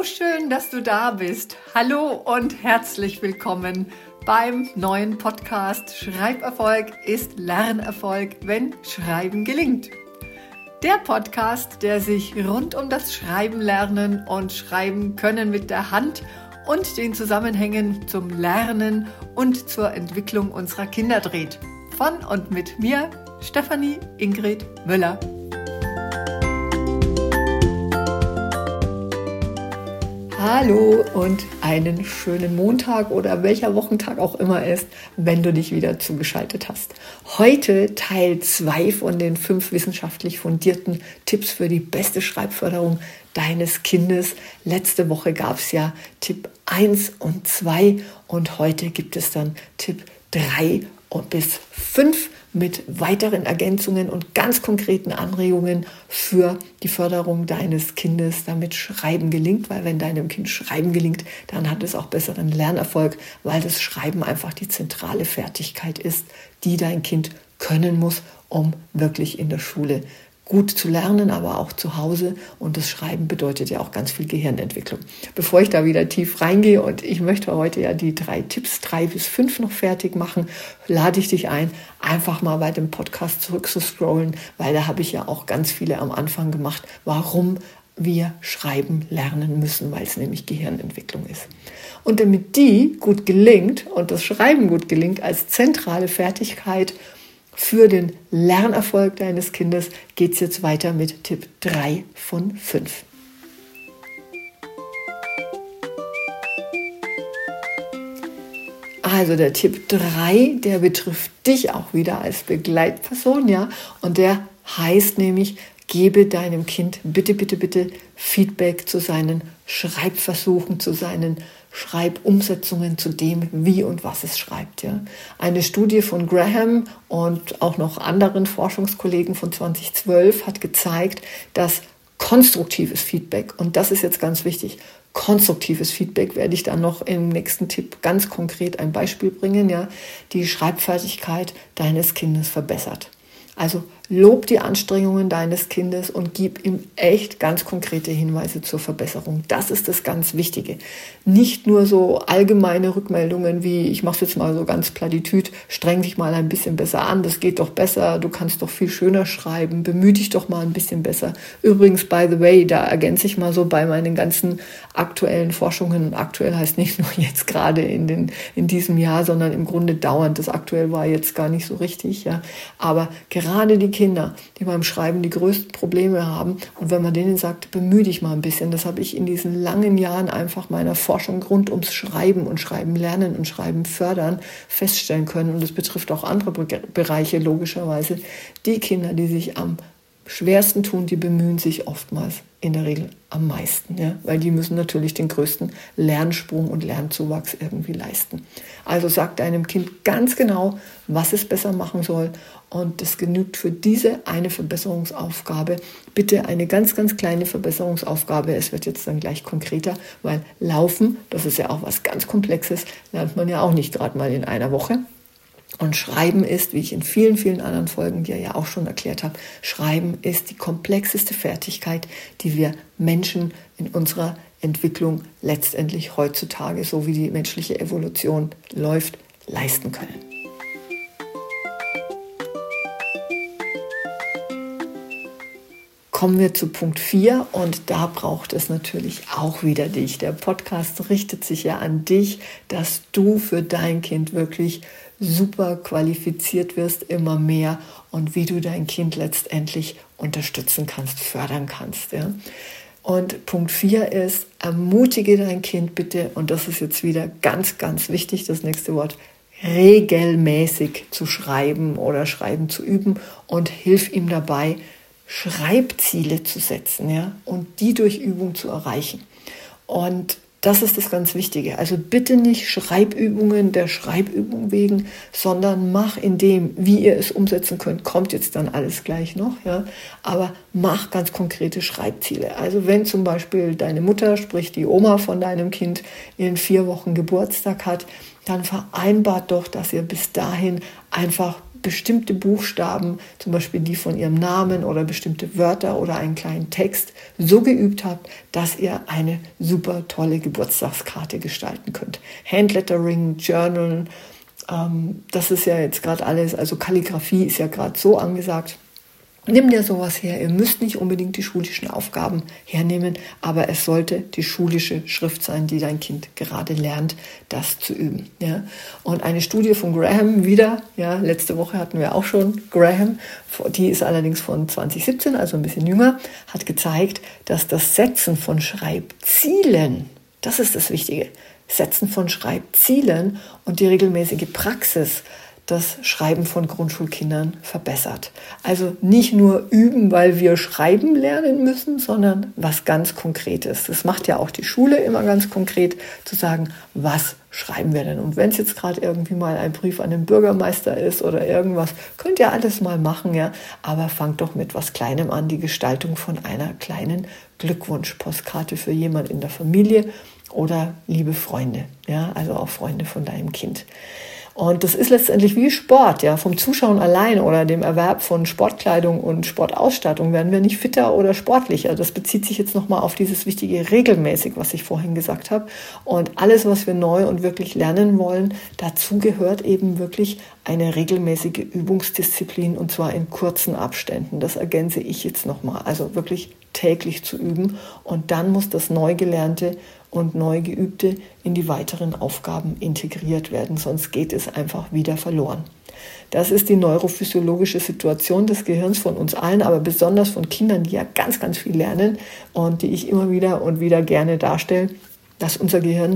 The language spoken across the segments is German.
schön, dass du da bist. Hallo und herzlich willkommen beim neuen Podcast Schreiberfolg ist Lernerfolg, wenn Schreiben gelingt. Der Podcast, der sich rund um das Schreiben lernen und Schreiben können mit der Hand und den Zusammenhängen zum Lernen und zur Entwicklung unserer Kinder dreht. Von und mit mir, Stefanie Ingrid Müller. Hallo und einen schönen Montag oder welcher Wochentag auch immer ist, wenn du dich wieder zugeschaltet hast. Heute Teil 2 von den 5 wissenschaftlich fundierten Tipps für die beste Schreibförderung deines Kindes. Letzte Woche gab es ja Tipp 1 und 2 und heute gibt es dann Tipp 3 bis 5 mit weiteren Ergänzungen und ganz konkreten Anregungen für die Förderung deines Kindes, damit Schreiben gelingt, weil wenn deinem Kind Schreiben gelingt, dann hat es auch besseren Lernerfolg, weil das Schreiben einfach die zentrale Fertigkeit ist, die dein Kind können muss, um wirklich in der Schule gut zu lernen, aber auch zu Hause. Und das Schreiben bedeutet ja auch ganz viel Gehirnentwicklung. Bevor ich da wieder tief reingehe und ich möchte heute ja die 3 Tipps, 3 bis 5 noch fertig machen, lade ich dich ein, einfach mal bei dem Podcast zurückzuscrollen, weil da habe ich ja auch ganz viele am Anfang gemacht, warum wir schreiben lernen müssen, weil es nämlich Gehirnentwicklung ist. Und damit die gut gelingt und das Schreiben gut gelingt als zentrale Fertigkeit für den Lernerfolg deines Kindes, geht es jetzt weiter mit Tipp 3 von 5. Also der Tipp 3, der betrifft dich auch wieder als Begleitperson, ja, und der heißt nämlich, gebe deinem Kind bitte Feedback zu seinen Schreibversuchen, zu seinen Schreibumsetzungen, zu dem, wie und was es schreibt. Ja. Eine Studie von Graham und auch noch anderen Forschungskollegen von 2012 hat gezeigt, dass konstruktives Feedback, und das ist jetzt ganz wichtig, konstruktives Feedback werde ich dann noch im nächsten Tipp ganz konkret ein Beispiel bringen, ja, die Schreibfertigkeit deines Kindes verbessert. Also lob die Anstrengungen deines Kindes und gib ihm echt ganz konkrete Hinweise zur Verbesserung. Das ist das ganz Wichtige. Nicht nur so allgemeine Rückmeldungen wie, ich mache es jetzt mal so ganz platitüd, streng dich mal ein bisschen besser an, das geht doch besser, du kannst doch viel schöner schreiben, bemühe dich doch mal ein bisschen besser. Übrigens, by the way, da ergänze ich mal so bei meinen ganzen aktuellen Forschungen, aktuell heißt nicht nur jetzt gerade in diesem Jahr, sondern im Grunde dauernd, das aktuell war jetzt gar nicht so richtig, ja, aber gerade die Kinder, die beim Schreiben die größten Probleme haben. Und wenn man denen sagt, bemühe dich mal ein bisschen, das habe ich in diesen langen Jahren einfach meiner Forschung rund ums Schreiben und Schreiben lernen und Schreiben fördern feststellen können. Und das betrifft auch andere Bereiche logischerweise. Die Kinder, die sich am schwersten tun, die bemühen sich oftmals in der Regel am meisten, ja? Weil die müssen natürlich den größten Lernsprung und Lernzuwachs irgendwie leisten. Also sag deinem Kind ganz genau, was es besser machen soll, und es genügt für diese eine Verbesserungsaufgabe. Bitte eine ganz kleine Verbesserungsaufgabe. Es wird jetzt dann gleich konkreter, weil Laufen, das ist ja auch was ganz Komplexes, lernt man ja auch nicht gerade mal in einer Woche. Und Schreiben ist, wie ich in vielen anderen Folgen dir ja auch schon erklärt habe, Schreiben ist die komplexeste Fertigkeit, die wir Menschen in unserer Entwicklung letztendlich heutzutage, so wie die menschliche Evolution läuft, leisten können. Kommen wir zu Punkt 4 und da braucht es natürlich auch wieder dich. Der Podcast richtet sich ja an dich, dass du für dein Kind wirklich super qualifiziert wirst, immer mehr, und wie du dein Kind letztendlich unterstützen kannst, fördern kannst. Ja. Und Punkt 4 ist, ermutige dein Kind bitte, und das ist jetzt wieder ganz wichtig, das nächste Wort, regelmäßig zu schreiben oder Schreiben zu üben, und hilf ihm dabei, Schreibziele zu setzen, ja, und die durch Übung zu erreichen. Und das ist das ganz Wichtige. Also bitte nicht Schreibübungen der Schreibübung wegen, sondern mach in dem, wie ihr es umsetzen könnt, kommt jetzt dann alles gleich noch, ja, aber mach ganz konkrete Schreibziele. Also wenn zum Beispiel deine Mutter, sprich die Oma von deinem Kind, in 4 Wochen Geburtstag hat, dann vereinbart doch, dass ihr bis dahin einfach bestimmte Buchstaben, zum Beispiel die von ihrem Namen oder bestimmte Wörter oder einen kleinen Text so geübt habt, dass ihr eine super tolle Geburtstagskarte gestalten könnt. Handlettering, Journal, das ist ja jetzt gerade alles, also Kalligrafie ist ja gerade so angesagt. Nimm dir sowas her. Ihr müsst nicht unbedingt die schulischen Aufgaben hernehmen, aber es sollte die schulische Schrift sein, die dein Kind gerade lernt, das zu üben. Ja. Und eine Studie von Graham wieder, ja, letzte Woche hatten wir auch schon Graham, die ist allerdings von 2017, also ein bisschen jünger, hat gezeigt, dass das Setzen von Schreibzielen, das ist das Wichtige, Setzen von Schreibzielen und die regelmäßige Praxis das Schreiben von Grundschulkindern verbessert. Also nicht nur üben, weil wir schreiben lernen müssen, sondern was ganz Konkretes. Das macht ja auch die Schule immer ganz konkret, zu sagen, was schreiben wir denn? Und wenn es jetzt gerade irgendwie mal ein Brief an den Bürgermeister ist oder irgendwas, könnt ihr alles mal machen, ja. Aber fangt doch mit was Kleinem an, die Gestaltung von einer kleinen Glückwunschpostkarte für jemand in der Familie oder liebe Freunde, ja, also auch Freunde von deinem Kind. Und das ist letztendlich wie Sport, ja, vom Zuschauen allein oder dem Erwerb von Sportkleidung und Sportausstattung werden wir nicht fitter oder sportlicher. Das bezieht sich jetzt nochmal auf dieses wichtige regelmäßig, was ich vorhin gesagt habe. Und alles, was wir neu und wirklich lernen wollen, dazu gehört eben wirklich eine regelmäßige Übungsdisziplin und zwar in kurzen Abständen. Das ergänze ich jetzt nochmal. Also wirklich täglich zu üben und dann muss das Neugelernte und neu Geübte in die weiteren Aufgaben integriert werden, sonst geht es einfach wieder verloren. Das ist die neurophysiologische Situation des Gehirns von uns allen, aber besonders von Kindern, die ja ganz, ganz viel lernen und die ich immer wieder und wieder gerne darstelle, dass unser Gehirn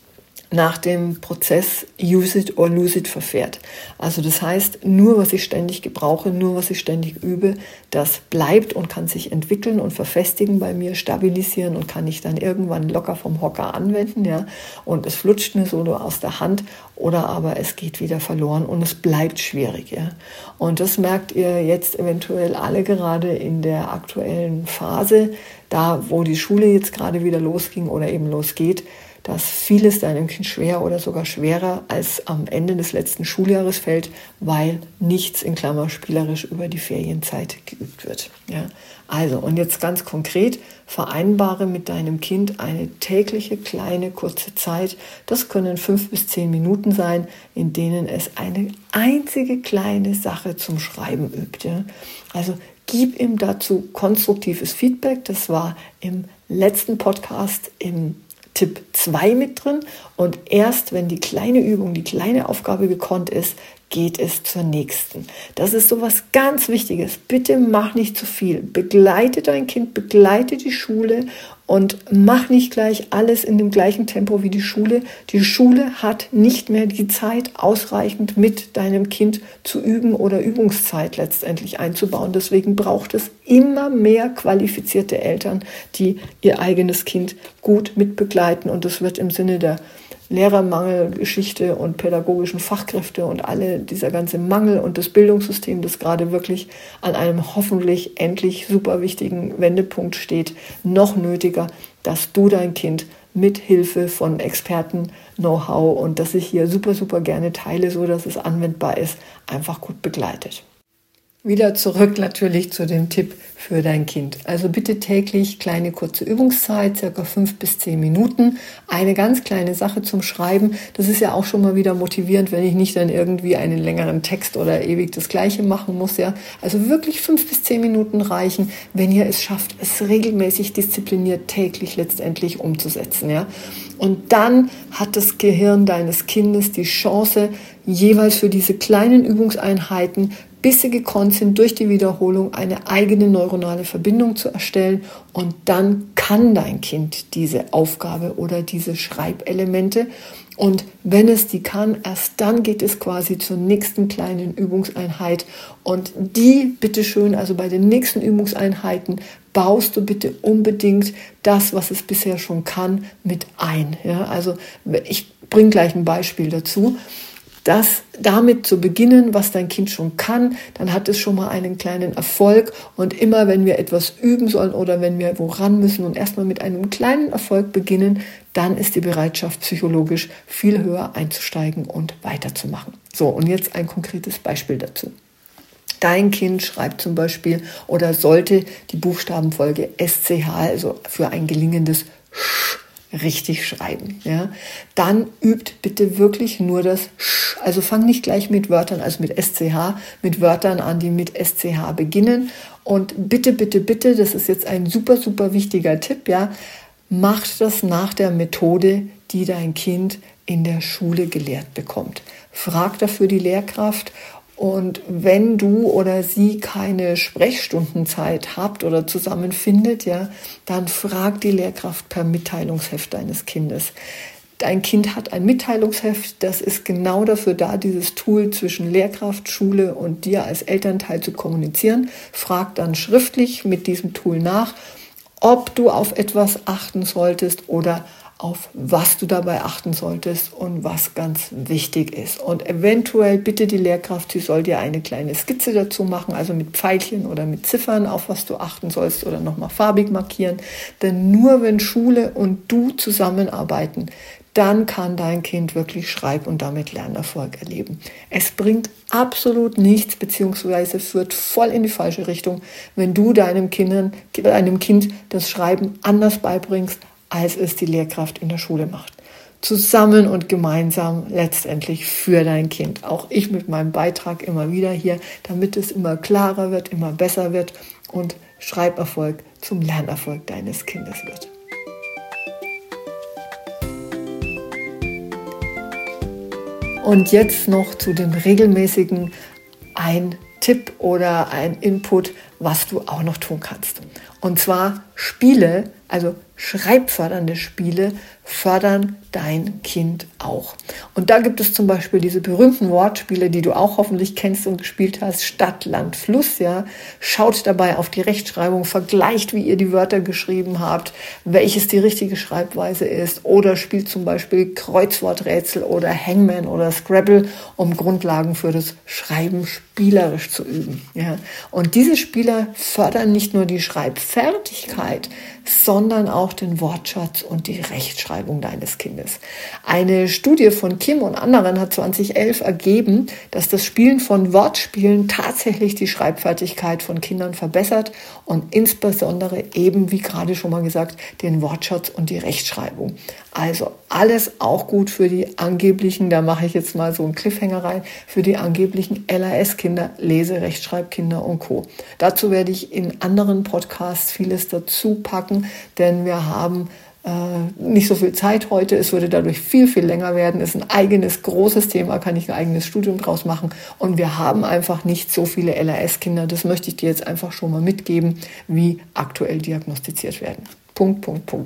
nach dem Prozess Use it or lose it verfährt. Also das heißt, nur was ich ständig gebrauche, nur was ich ständig übe, das bleibt und kann sich entwickeln und verfestigen bei mir, stabilisieren und kann ich dann irgendwann locker vom Hocker anwenden, ja. Und es flutscht mir so nur aus der Hand oder aber es geht wieder verloren und es bleibt schwierig, ja. Und das merkt ihr jetzt eventuell alle gerade in der aktuellen Phase, da wo die Schule jetzt gerade wieder losging oder eben losgeht, dass vieles deinem Kind schwer oder sogar schwerer als am Ende des letzten Schuljahres fällt, weil nichts in Klammer spielerisch über die Ferienzeit geübt wird. Ja? Also, und jetzt ganz konkret, vereinbare mit deinem Kind eine tägliche, kleine, kurze Zeit. Das können 5 bis 10 Minuten sein, in denen es eine einzige kleine Sache zum Schreiben übt. Ja? Also, gib ihm dazu konstruktives Feedback. Das war im letzten Podcast im Tipp 2 mit drin und erst wenn die kleine Übung, die kleine Aufgabe gekonnt ist, geht es zur nächsten. Das ist so was ganz Wichtiges. Bitte mach nicht zu viel. Begleite dein Kind, begleite die Schule und mach nicht gleich alles in dem gleichen Tempo wie die Schule. Die Schule hat nicht mehr die Zeit, ausreichend mit deinem Kind zu üben oder Übungszeit letztendlich einzubauen. Deswegen braucht es immer mehr qualifizierte Eltern, die ihr eigenes Kind gut mitbegleiten. Und das wird im Sinne der Lehrermangelgeschichte und pädagogischen Fachkräfte und alle dieser ganze Mangel und das Bildungssystem, das gerade wirklich an einem hoffentlich endlich super wichtigen Wendepunkt steht, noch nötiger, dass du dein Kind mit Hilfe von Experten, Know-how und das ich hier super, super gerne teile, so dass es anwendbar ist, einfach gut begleitet. Wieder zurück natürlich zu dem Tipp für dein Kind. Also bitte täglich kleine kurze Übungszeit, circa 5 bis 10 Minuten. Eine ganz kleine Sache zum Schreiben. Das ist ja auch schon mal wieder motivierend, wenn ich nicht dann irgendwie einen längeren Text oder ewig das Gleiche machen muss. Ja. Also wirklich 5 bis 10 Minuten reichen, wenn ihr es schafft, es regelmäßig diszipliniert täglich letztendlich umzusetzen. Ja. Und dann hat das Gehirn deines Kindes die Chance, jeweils für diese kleinen Übungseinheiten, bis sie gekonnt sind, durch die Wiederholung eine eigene neuronale Verbindung zu erstellen. Und dann kann dein Kind diese Aufgabe oder diese Schreibelemente. Und wenn es die kann, erst dann geht es quasi zur nächsten kleinen Übungseinheit. Und die, bitteschön, also bei den nächsten Übungseinheiten, baust du bitte unbedingt das, was es bisher schon kann, mit ein. Ja, also ich bringe gleich ein Beispiel dazu. das damit zu beginnen, was dein Kind schon kann, dann hat es schon mal einen kleinen Erfolg. Und immer, wenn wir etwas üben sollen oder wenn wir woran müssen und erstmal mit einem kleinen Erfolg beginnen, dann ist die Bereitschaft psychologisch viel höher einzusteigen und weiterzumachen. So, und jetzt ein konkretes Beispiel dazu. Dein Kind schreibt zum Beispiel oder sollte die Buchstabenfolge SCH, also für ein gelingendes Sch, richtig schreiben. Ja? Dann übt bitte wirklich nur das Sch. Also fang nicht gleich mit Wörtern, also mit SCH, mit Wörtern an, die mit SCH beginnen. Und bitte, bitte, bitte, das ist jetzt ein super, super wichtiger Tipp, ja, macht das nach der Methode, die dein Kind in der Schule gelehrt bekommt. Frag dafür die Lehrkraft. Und wenn du oder sie keine Sprechstundenzeit habt oder zusammenfindet, ja, dann frag die Lehrkraft per Mitteilungsheft deines Kindes. Dein Kind hat ein Mitteilungsheft, das ist genau dafür da, dieses Tool zwischen Lehrkraft, Schule und dir als Elternteil zu kommunizieren. Frag dann schriftlich mit diesem Tool nach, ob du auf etwas achten solltest oder auf was du dabei achten solltest und was ganz wichtig ist. Und eventuell bitte die Lehrkraft, sie soll dir eine kleine Skizze dazu machen, also mit Pfeilchen oder mit Ziffern, auf was du achten sollst oder nochmal farbig markieren. Denn nur wenn Schule und du zusammenarbeiten, dann kann dein Kind wirklich Schreib- und damit Lernerfolg erleben. Es bringt absolut nichts, beziehungsweise führt voll in die falsche Richtung, wenn du deinem Kind das Schreiben anders beibringst, als es die Lehrkraft in der Schule macht. Zusammen und gemeinsam letztendlich für dein Kind. Auch ich mit meinem Beitrag immer wieder hier, damit es immer klarer wird, immer besser wird und Schreiberfolg zum Lernerfolg deines Kindes wird. Und jetzt noch zu den regelmäßigen ein Tipp oder ein Input, was du auch noch tun kannst. Und zwar Spiele, also schreibfördernde Spiele, fördern dein Kind auch. Und da gibt es zum Beispiel diese berühmten Wortspiele, die du auch hoffentlich kennst und gespielt hast, Stadt, Land, Fluss, ja. Schaut dabei auf die Rechtschreibung, vergleicht, wie ihr die Wörter geschrieben habt, welches die richtige Schreibweise ist, oder spielt zum Beispiel Kreuzworträtsel oder Hangman oder Scrabble, um Grundlagen für das Schreiben spielerisch zu üben, ja. Und diese Spiele fördern nicht nur die Schreibfertigkeit, sondern auch den Wortschatz und die Rechtschreibung deines Kindes. Eine Studie von Kim und anderen hat 2011 ergeben, dass das Spielen von Wortspielen tatsächlich die Schreibfertigkeit von Kindern verbessert und insbesondere eben, wie gerade schon mal gesagt, den Wortschatz und die Rechtschreibung. Also alles auch gut für die angeblichen, da mache ich jetzt mal so einen Cliffhanger rein, für die angeblichen LAS-Kinder, Lese-, Rechtschreibkinder und Co. Dazu werde ich in anderen Podcasts vieles dazu packen, denn wir haben nicht so viel Zeit heute. Es würde dadurch viel, viel länger werden. Es ist ein eigenes, großes Thema, kann ich ein eigenes Studium draus machen. Und wir haben einfach nicht so viele LAS-Kinder. Das möchte ich dir jetzt einfach schon mal mitgeben, wie aktuell diagnostiziert werden. Punkt.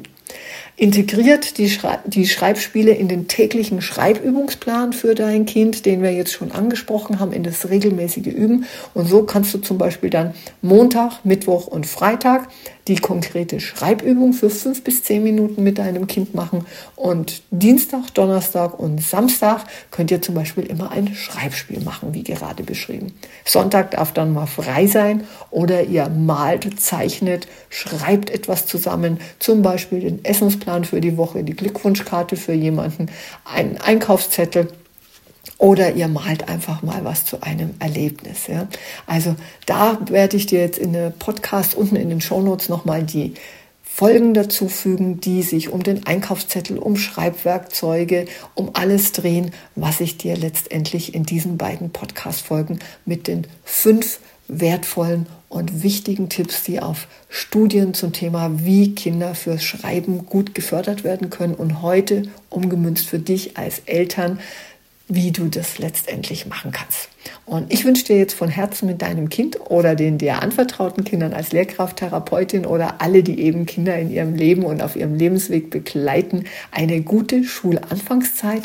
Integriert die Schreibspiele in den täglichen Schreibübungsplan für dein Kind, den wir jetzt schon angesprochen haben, in das regelmäßige Üben. Und so kannst du zum Beispiel dann Montag, Mittwoch und Freitag die konkrete Schreibübung für 5 bis 10 Minuten mit deinem Kind machen. Und Dienstag, Donnerstag und Samstag könnt ihr zum Beispiel immer ein Schreibspiel machen, wie gerade beschrieben. Sonntag darf dann mal frei sein oder ihr malt, zeichnet, schreibt etwas zusammen, zum Beispiel den Essensplan für die Woche, die Glückwunschkarte für jemanden, einen Einkaufszettel. Oder ihr malt einfach mal was zu einem Erlebnis. Ja. Also da werde ich dir jetzt in der Podcast unten in den Shownotes nochmal die Folgen dazu fügen, die sich um den Einkaufszettel, um Schreibwerkzeuge, um alles drehen, was ich dir letztendlich in diesen beiden Podcast-Folgen mit den 5 wertvollen und wichtigen Tipps, die auf Studien zum Thema, wie Kinder fürs Schreiben gut gefördert werden können und heute umgemünzt für dich als Eltern, wie du das letztendlich machen kannst. Und ich wünsche dir jetzt von Herzen mit deinem Kind oder den dir anvertrauten Kindern als Lehrkraft, Therapeutin oder alle, die eben Kinder in ihrem Leben und auf ihrem Lebensweg begleiten, eine gute Schulanfangszeit.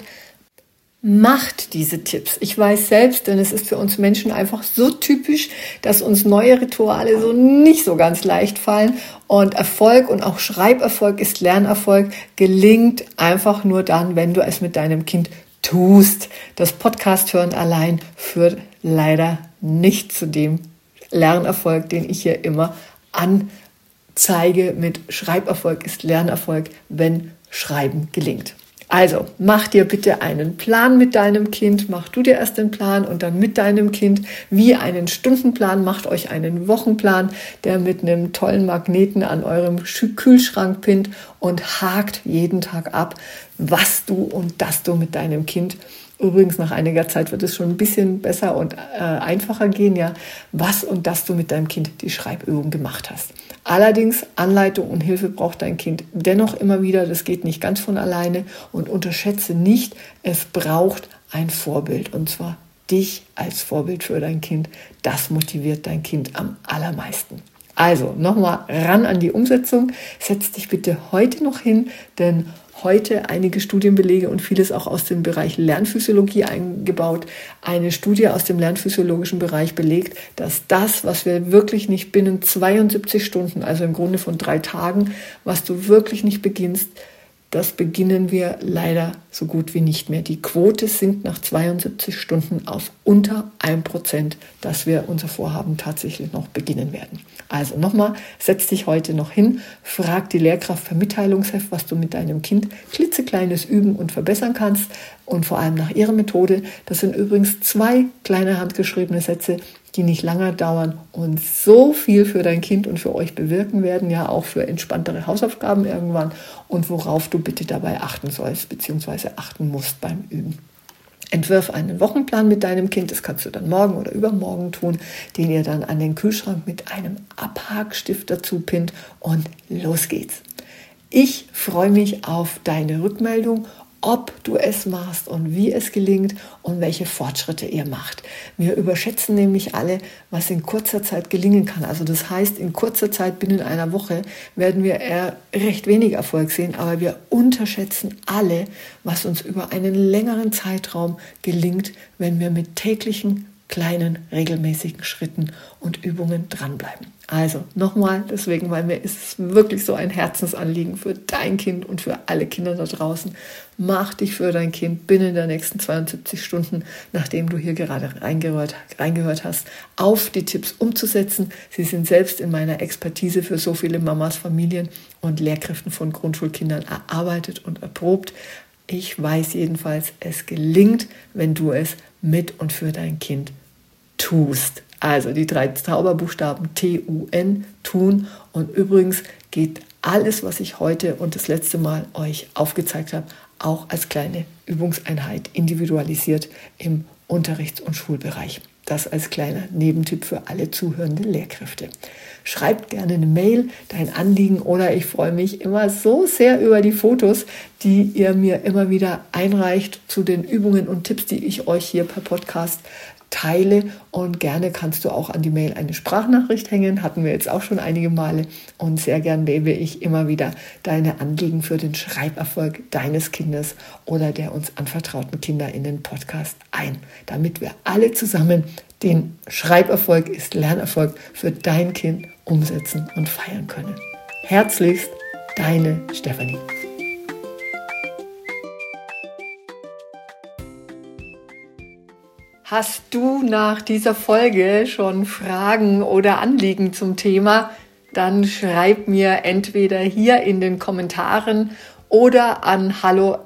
Macht diese Tipps. Ich weiß selbst, denn es ist für uns Menschen einfach so typisch, dass uns neue Rituale so nicht so ganz leicht fallen. Und Erfolg und auch Schreiberfolg ist Lernerfolg, gelingt einfach nur dann, wenn du es mit deinem Kind tust. Das Podcast hören allein führt leider nicht zu dem Lernerfolg, den ich hier immer anzeige. Mit Schreiberfolg ist Lernerfolg, wenn Schreiben gelingt. Also, mach dir bitte einen Plan mit deinem Kind, mach du dir erst den Plan und dann mit deinem Kind wie einen Stundenplan, macht euch einen Wochenplan, der mit einem tollen Magneten an eurem Kühlschrank pinnt und hakt jeden Tag ab, was du und dass du mit deinem Kind, übrigens nach einiger Zeit wird es schon ein bisschen besser und einfacher gehen, ja, was und dass du mit deinem Kind die Schreibübung gemacht hast. Allerdings, Anleitung und Hilfe braucht dein Kind dennoch immer wieder, das geht nicht ganz von alleine und unterschätze nicht, es braucht ein Vorbild und zwar dich als Vorbild für dein Kind. Das motiviert dein Kind am allermeisten. Also nochmal ran an die Umsetzung, setz dich bitte heute noch hin, denn heute einige Studienbelege und vieles auch aus dem Bereich Lernphysiologie eingebaut. Eine Studie aus dem lernphysiologischen Bereich belegt, dass das, was wir wirklich nicht binnen 72 Stunden, also im Grunde von 3 Tagen, was du wirklich nicht beginnst, das beginnen wir leider so gut wie nicht mehr. Die Quote sinkt nach 72 Stunden auf unter 1%, dass wir unser Vorhaben tatsächlich noch beginnen werden. Also nochmal, setz dich heute noch hin, frag die Lehrkraft per Mitteilungsheft, was du mit deinem Kind klitzekleines üben und verbessern kannst und vor allem nach ihrer Methode. Das sind übrigens 2 kleine handgeschriebene Sätze, die nicht lange dauern und so viel für dein Kind und für euch bewirken werden, ja auch für entspanntere Hausaufgaben irgendwann und worauf du bitte dabei achten sollst bzw. achten musst beim Üben. Entwirf einen Wochenplan mit deinem Kind, das kannst du dann morgen oder übermorgen tun, den ihr dann an den Kühlschrank mit einem Abhakstift dazu pinnt und los geht's. Ich freue mich auf deine Rückmeldung, ob du es machst und wie es gelingt und welche Fortschritte ihr macht. Wir überschätzen nämlich alle, was in kurzer Zeit gelingen kann. Also das heißt, in kurzer Zeit, binnen einer Woche, werden wir eher recht wenig Erfolg sehen, aber wir unterschätzen alle, was uns über einen längeren Zeitraum gelingt, wenn wir mit täglichen, kleinen, regelmäßigen Schritten und Übungen dranbleiben. Also nochmal, deswegen, weil mir ist es wirklich so ein Herzensanliegen für dein Kind und für alle Kinder da draußen. Mach dich für dein Kind binnen der nächsten 72 Stunden, nachdem du hier gerade reingehört hast, auf die Tipps umzusetzen. Sie sind selbst in meiner Expertise für so viele Mamas, Familien und Lehrkräften von Grundschulkindern erarbeitet und erprobt. Ich weiß jedenfalls, es gelingt, wenn du es mit und für dein Kind tust. Also die 3 Zauberbuchstaben TUN, tun. Und übrigens geht alles, was ich heute und das letzte Mal euch aufgezeigt habe, auch als kleine Übungseinheit individualisiert im Unterrichts- und Schulbereich. Das als kleiner Nebentipp für alle zuhörenden Lehrkräfte. Schreibt gerne eine Mail, dein Anliegen, oder ich freue mich immer so sehr über die Fotos, die ihr mir immer wieder einreicht zu den Übungen und Tipps, die ich euch hier per Podcast teile, und gerne kannst du auch an die Mail eine Sprachnachricht hängen, hatten wir jetzt auch schon einige Male, und sehr gern wähle ich immer wieder deine Anliegen für den Schreiberfolg deines Kindes oder der uns anvertrauten Kinder in den Podcast ein, damit wir alle zusammen den Schreiberfolg ist Lernerfolg für dein Kind umsetzen und feiern können. Herzlichst, deine Stefanie. Hast du nach dieser Folge schon Fragen oder Anliegen zum Thema? Dann schreib mir entweder hier in den Kommentaren oder an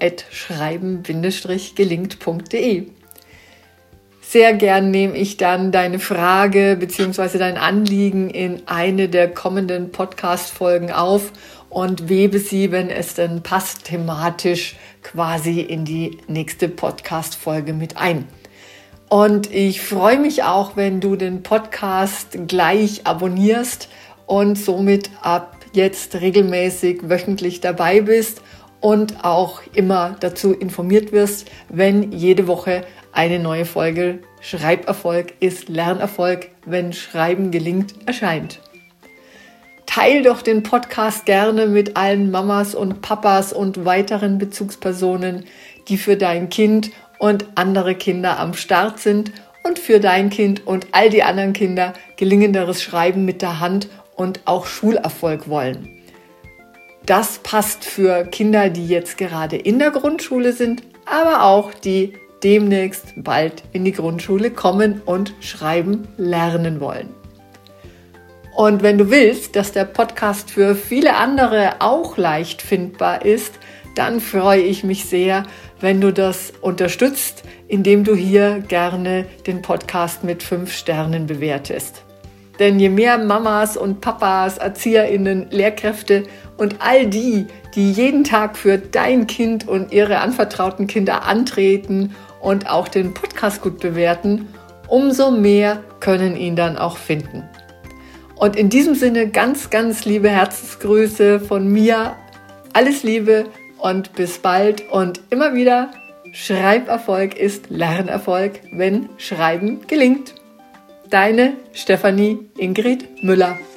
hallo@schreiben-gelingt.de. Sehr gern nehme ich dann deine Frage bzw. dein Anliegen in eine der kommenden Podcast-Folgen auf und webe sie, wenn es denn passt, thematisch quasi in die nächste Podcast-Folge mit ein. Und ich freue mich auch, wenn du den Podcast gleich abonnierst und somit ab jetzt regelmäßig wöchentlich dabei bist und auch immer dazu informiert wirst, wenn jede Woche eine neue Folge Schreiberfolg ist Lernerfolg, wenn Schreiben gelingt, erscheint. Teil doch den Podcast gerne mit allen Mamas und Papas und weiteren Bezugspersonen, die für dein Kind und andere Kinder am Start sind und für dein Kind und all die anderen Kinder gelingenderes Schreiben mit der Hand und auch Schulerfolg wollen. Das passt für Kinder, die jetzt gerade in der Grundschule sind, aber auch die demnächst bald in die Grundschule kommen und schreiben lernen wollen. Und wenn du willst, dass der Podcast für viele andere auch leicht findbar ist, dann freue ich mich sehr, wenn du das unterstützt, indem du hier gerne den Podcast mit 5 Sternen bewertest. Denn je mehr Mamas und Papas, ErzieherInnen, Lehrkräfte und all die, die jeden Tag für dein Kind und ihre anvertrauten Kinder antreten und auch den Podcast gut bewerten, umso mehr können ihn dann auch finden. Und in diesem Sinne ganz, ganz liebe Herzensgrüße von mir. Alles Liebe und bis bald und immer wieder, Schreiberfolg ist Lernerfolg, wenn Schreiben gelingt. Deine Stefanie Ingrid Müller.